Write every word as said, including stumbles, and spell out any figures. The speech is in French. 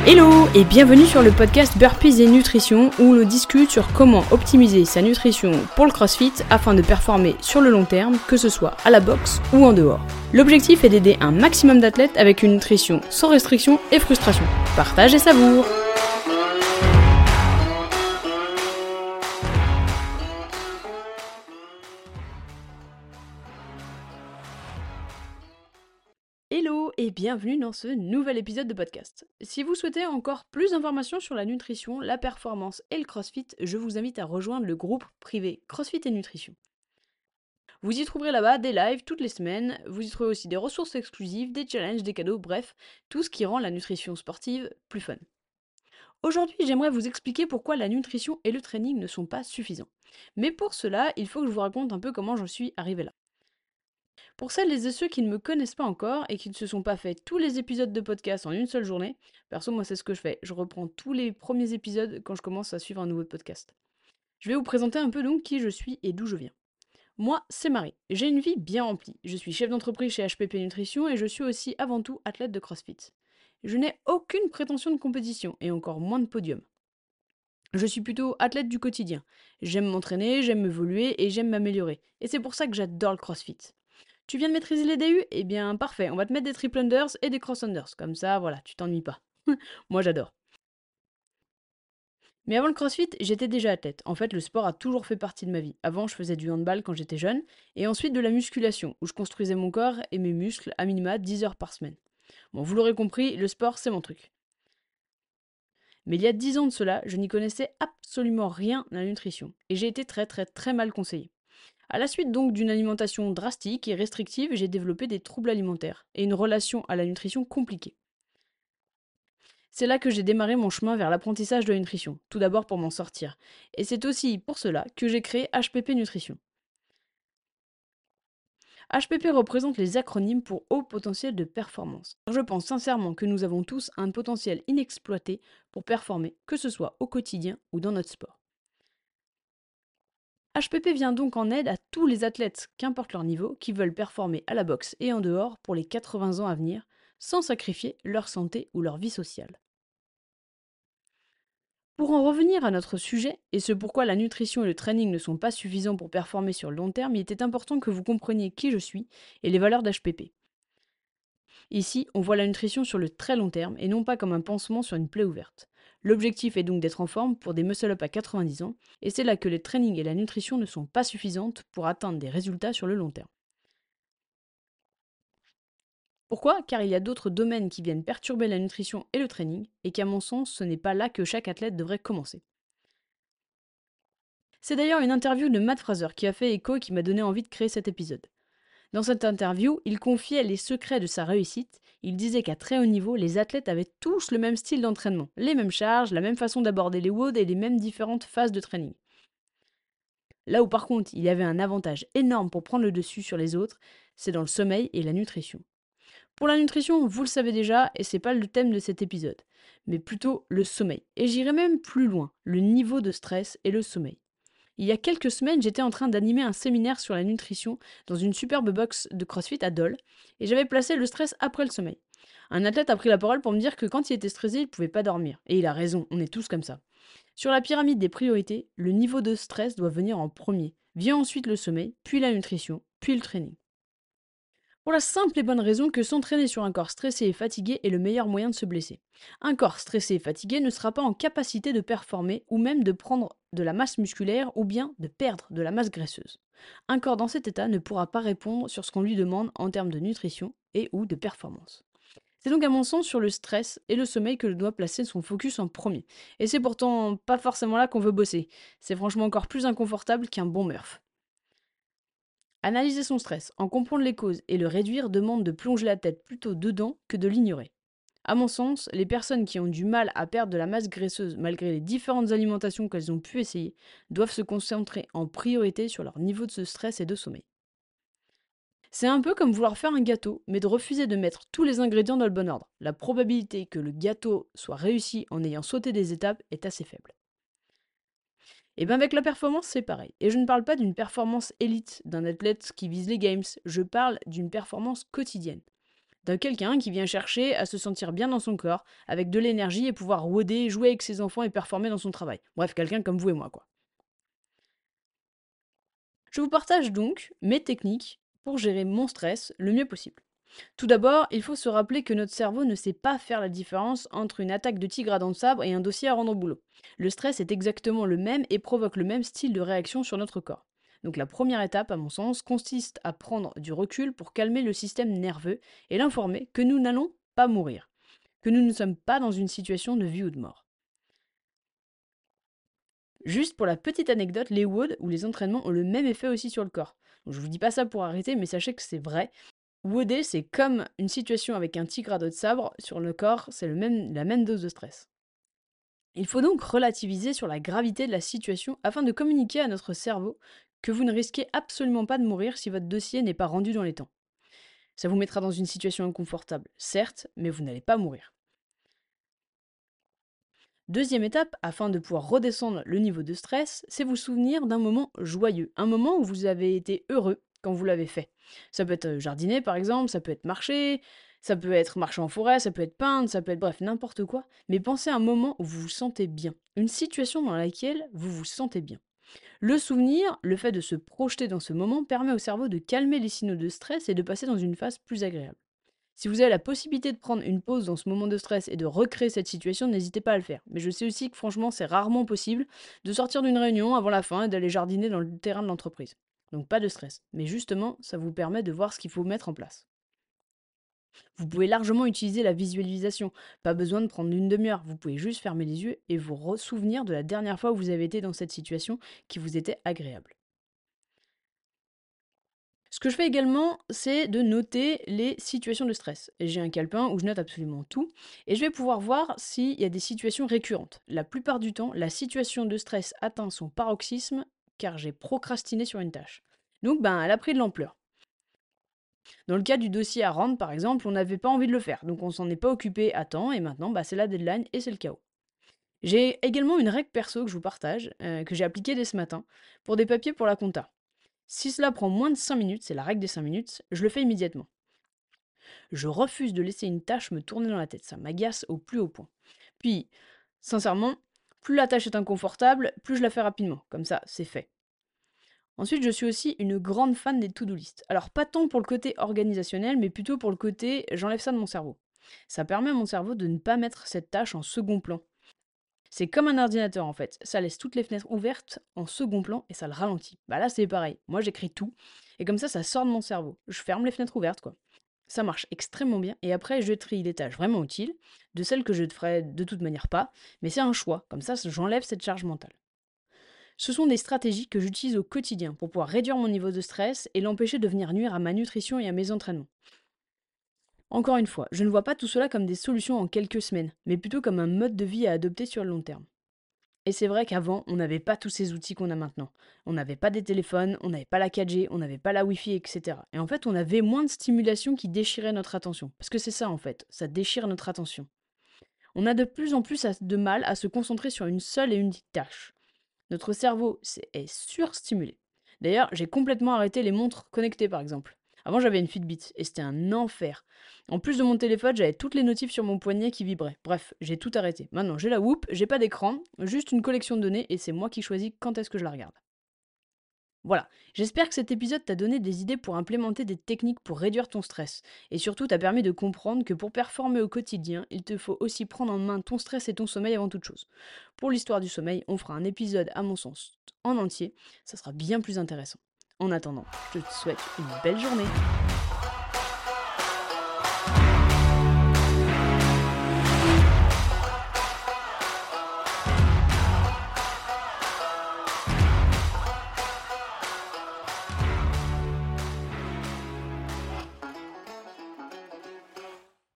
Hello et bienvenue sur le podcast Burpees et Nutrition où l'on discute sur comment optimiser sa nutrition pour le CrossFit afin de performer sur le long terme, que ce soit à la boxe ou en dehors. L'objectif est d'aider un maximum d'athlètes avec une nutrition sans restriction et frustration. Partage et savoure! Hello et bienvenue dans ce nouvel épisode de podcast. Si vous souhaitez encore plus d'informations sur la nutrition, la performance et le CrossFit, je vous invite à rejoindre le groupe privé CrossFit et Nutrition. Vous y trouverez là-bas des lives toutes les semaines, vous y trouverez aussi des ressources exclusives, des challenges, des cadeaux, bref, tout ce qui rend la nutrition sportive plus fun. Aujourd'hui, j'aimerais vous expliquer pourquoi la nutrition et le training ne sont pas suffisants. Mais pour cela, il faut que je vous raconte un peu comment j'en suis arrivé là. Pour celles et ceux qui ne me connaissent pas encore et qui ne se sont pas fait tous les épisodes de podcast en une seule journée, perso moi c'est ce que je fais, je reprends tous les premiers épisodes quand je commence à suivre un nouveau podcast. Je vais vous présenter un peu donc qui je suis et d'où je viens. Moi, c'est Marie, j'ai une vie bien remplie, je suis chef d'entreprise chez H P P Nutrition et je suis aussi avant tout athlète de CrossFit. Je n'ai aucune prétention de compétition et encore moins de podium. Je suis plutôt athlète du quotidien, j'aime m'entraîner, j'aime évoluer et j'aime m'améliorer, et c'est pour ça que j'adore le CrossFit. Tu viens de maîtriser les D U? Eh bien, parfait, on va te mettre des triple unders et des cross unders. Comme ça, voilà, tu t'ennuies pas. Moi, j'adore. Mais avant le CrossFit, j'étais déjà athlète. En fait, le sport a toujours fait partie de ma vie. Avant, je faisais du handball quand j'étais jeune, et ensuite de la musculation, où je construisais mon corps et mes muscles à minima dix heures par semaine. Bon, vous l'aurez compris, le sport, c'est mon truc. Mais il y a dix ans de cela, je n'y connaissais absolument rien à la nutrition, et j'ai été très très très mal conseillée. À la suite donc d'une alimentation drastique et restrictive, j'ai développé des troubles alimentaires et une relation à la nutrition compliquée. C'est là que j'ai démarré mon chemin vers l'apprentissage de la nutrition, tout d'abord pour m'en sortir. Et c'est aussi pour cela que j'ai créé H P P Nutrition. H P P représente les acronymes pour haut potentiel de performance. Je pense sincèrement que nous avons tous un potentiel inexploité pour performer, que ce soit au quotidien ou dans notre sport. H P P vient donc en aide à tous les athlètes, qu'importe leur niveau, qui veulent performer à la boxe et en dehors pour les quatre-vingts ans à venir, sans sacrifier leur santé ou leur vie sociale. Pour en revenir à notre sujet, et ce pourquoi la nutrition et le training ne sont pas suffisants pour performer sur le long terme, il était important que vous compreniez qui je suis et les valeurs d'H P P. Ici, on voit la nutrition sur le très long terme et non pas comme un pansement sur une plaie ouverte. L'objectif est donc d'être en forme pour des muscle-up à quatre-vingt-dix ans, et c'est là que les trainings et la nutrition ne sont pas suffisantes pour atteindre des résultats sur le long terme. Pourquoi? Car il y a d'autres domaines qui viennent perturber la nutrition et le training, et qu'à mon sens, ce n'est pas là que chaque athlète devrait commencer. C'est d'ailleurs une interview de Matt Fraser qui a fait écho et qui m'a donné envie de créer cet épisode. Dans cette interview, il confiait les secrets de sa réussite. Il disait qu'à très haut niveau, les athlètes avaient tous le même style d'entraînement, les mêmes charges, la même façon d'aborder les W O D et les mêmes différentes phases de training. Là où par contre, il y avait un avantage énorme pour prendre le dessus sur les autres, c'est dans le sommeil et la nutrition. Pour la nutrition, vous le savez déjà, et c'est pas le thème de cet épisode, mais plutôt le sommeil. Et j'irai même plus loin, le niveau de stress et le sommeil. Il y a quelques semaines, j'étais en train d'animer un séminaire sur la nutrition dans une superbe box de CrossFit à Dole, et j'avais placé le stress après le sommeil. Un athlète a pris la parole pour me dire que quand il était stressé, il ne pouvait pas dormir. Et il a raison, on est tous comme ça. Sur la pyramide des priorités, le niveau de stress doit venir en premier. Vient ensuite le sommeil, puis la nutrition, puis le training. Pour la simple et bonne raison que s'entraîner sur un corps stressé et fatigué est le meilleur moyen de se blesser. Un corps stressé et fatigué ne sera pas en capacité de performer ou même de prendre de la masse musculaire ou bien de perdre de la masse graisseuse. Un corps dans cet état ne pourra pas répondre sur ce qu'on lui demande en termes de nutrition et ou de performance. C'est donc à mon sens sur le stress et le sommeil que je dois placer son focus en premier. Et c'est pourtant pas forcément là qu'on veut bosser. C'est franchement encore plus inconfortable qu'un bon Murph. Analyser son stress, en comprendre les causes et le réduire demande de plonger la tête plutôt dedans que de l'ignorer. À mon sens, les personnes qui ont du mal à perdre de la masse graisseuse malgré les différentes alimentations qu'elles ont pu essayer doivent se concentrer en priorité sur leur niveau de stress et de sommeil. C'est un peu comme vouloir faire un gâteau, mais de refuser de mettre tous les ingrédients dans le bon ordre. La probabilité que le gâteau soit réussi en ayant sauté des étapes est assez faible. Et bien avec la performance, c'est pareil. Et je ne parle pas d'une performance élite d'un athlète qui vise les games, je parle d'une performance quotidienne. de quelqu'un qui vient chercher à se sentir bien dans son corps, avec de l'énergie et pouvoir woder, jouer avec ses enfants et performer dans son travail. Bref, quelqu'un comme vous et moi, quoi. Je vous partage donc mes techniques pour gérer mon stress le mieux possible. Tout d'abord, il faut se rappeler que notre cerveau ne sait pas faire la différence entre une attaque de tigre à dents de sabre et un dossier à rendre au boulot. Le stress est exactement le même et provoque le même style de réaction sur notre corps. Donc la première étape, à mon sens, consiste à prendre du recul pour calmer le système nerveux et l'informer que nous n'allons pas mourir, que nous ne sommes pas dans une situation de vie ou de mort. Juste pour la petite anecdote, les W O D ou les entraînements ont le même effet aussi sur le corps. Donc je vous dis pas ça pour arrêter, mais sachez que c'est vrai. Woder, c'est comme une situation avec un tigre à dos de sabre sur le corps, c'est le même, la même dose de stress. Il faut donc relativiser sur la gravité de la situation afin de communiquer à notre cerveau que vous ne risquez absolument pas de mourir si votre dossier n'est pas rendu dans les temps. Ça vous mettra dans une situation inconfortable, certes, mais vous n'allez pas mourir. Deuxième étape, afin de pouvoir redescendre le niveau de stress, c'est vous souvenir d'un moment joyeux, un moment où vous avez été heureux quand vous l'avez fait. Ça peut être jardiner par exemple, ça peut être marcher, ça peut être marcher en forêt, ça peut être peindre, ça peut être bref, n'importe quoi, mais pensez à un moment où vous vous sentez bien, une situation dans laquelle vous vous sentez bien. Le souvenir, le fait de se projeter dans ce moment, permet au cerveau de calmer les signaux de stress et de passer dans une phase plus agréable. Si vous avez la possibilité de prendre une pause dans ce moment de stress et de recréer cette situation, n'hésitez pas à le faire. Mais je sais aussi que franchement, c'est rarement possible de sortir d'une réunion avant la fin et d'aller jardiner dans le terrain de l'entreprise. Donc pas de stress. Mais justement, ça vous permet de voir ce qu'il faut mettre en place. Vous pouvez largement utiliser la visualisation. Pas besoin de prendre une demi-heure. Vous pouvez juste fermer les yeux et vous ressouvenir de la dernière fois où vous avez été dans cette situation qui vous était agréable. Ce que je fais également, c'est de noter les situations de stress. Et j'ai un calepin où je note absolument tout et je vais pouvoir voir s'il y a des situations récurrentes. La plupart du temps, la situation de stress atteint son paroxysme car j'ai procrastiné sur une tâche. Donc, ben, elle a pris de l'ampleur. Dans le cas du dossier à rendre, par exemple, on n'avait pas envie de le faire, donc on s'en est pas occupé à temps et maintenant, bah, c'est la deadline et c'est le chaos. J'ai également une règle perso que je vous partage, euh, que j'ai appliquée dès ce matin, pour des papiers pour la compta. Si cela prend moins de cinq minutes, c'est la règle des cinq minutes, je le fais immédiatement. Je refuse de laisser une tâche me tourner dans la tête, ça m'agace au plus haut point. Puis, sincèrement, plus la tâche est inconfortable, plus je la fais rapidement, comme ça, c'est fait. Ensuite, je suis aussi une grande fan des to-do list. Alors, pas tant pour le côté organisationnel, mais plutôt pour le côté j'enlève ça de mon cerveau. Ça permet à mon cerveau de ne pas mettre cette tâche en second plan. C'est comme un ordinateur en fait, ça laisse toutes les fenêtres ouvertes en second plan et ça le ralentit. Bah là c'est pareil, moi j'écris tout, et comme ça ça sort de mon cerveau. Je ferme les fenêtres ouvertes quoi. Ça marche extrêmement bien, et après je trie les tâches vraiment utiles, de celles que je ne ferais de toute manière pas, mais c'est un choix, comme ça j'enlève cette charge mentale. Ce sont des stratégies que j'utilise au quotidien pour pouvoir réduire mon niveau de stress et l'empêcher de venir nuire à ma nutrition et à mes entraînements. Encore une fois, je ne vois pas tout cela comme des solutions en quelques semaines, mais plutôt comme un mode de vie à adopter sur le long terme. Et c'est vrai qu'avant, on n'avait pas tous ces outils qu'on a maintenant. On n'avait pas des téléphones, on n'avait pas la quatre G, on n'avait pas la Wi-Fi, et cetera. Et en fait, on avait moins de stimulation qui déchirait notre attention. Parce que c'est ça en fait, ça déchire notre attention. On a de plus en plus à- de mal à se concentrer sur une seule et unique tâche. Notre cerveau c'est- est surstimulé. D'ailleurs, j'ai complètement arrêté les montres connectées par exemple. Avant, j'avais une Fitbit et c'était un enfer. En plus de mon téléphone, j'avais toutes les notifs sur mon poignet qui vibraient. Bref, j'ai tout arrêté. Maintenant, j'ai la Whoop, j'ai pas d'écran, juste une collection de données et c'est moi qui choisis quand est-ce que je la regarde. Voilà, j'espère que cet épisode t'a donné des idées pour implémenter des techniques pour réduire ton stress. Et surtout t'a permis de comprendre que pour performer au quotidien, il te faut aussi prendre en main ton stress et ton sommeil avant toute chose. Pour l'histoire du sommeil, on fera un épisode à mon sens en entier, ça sera bien plus intéressant. En attendant, je te souhaite une belle journée.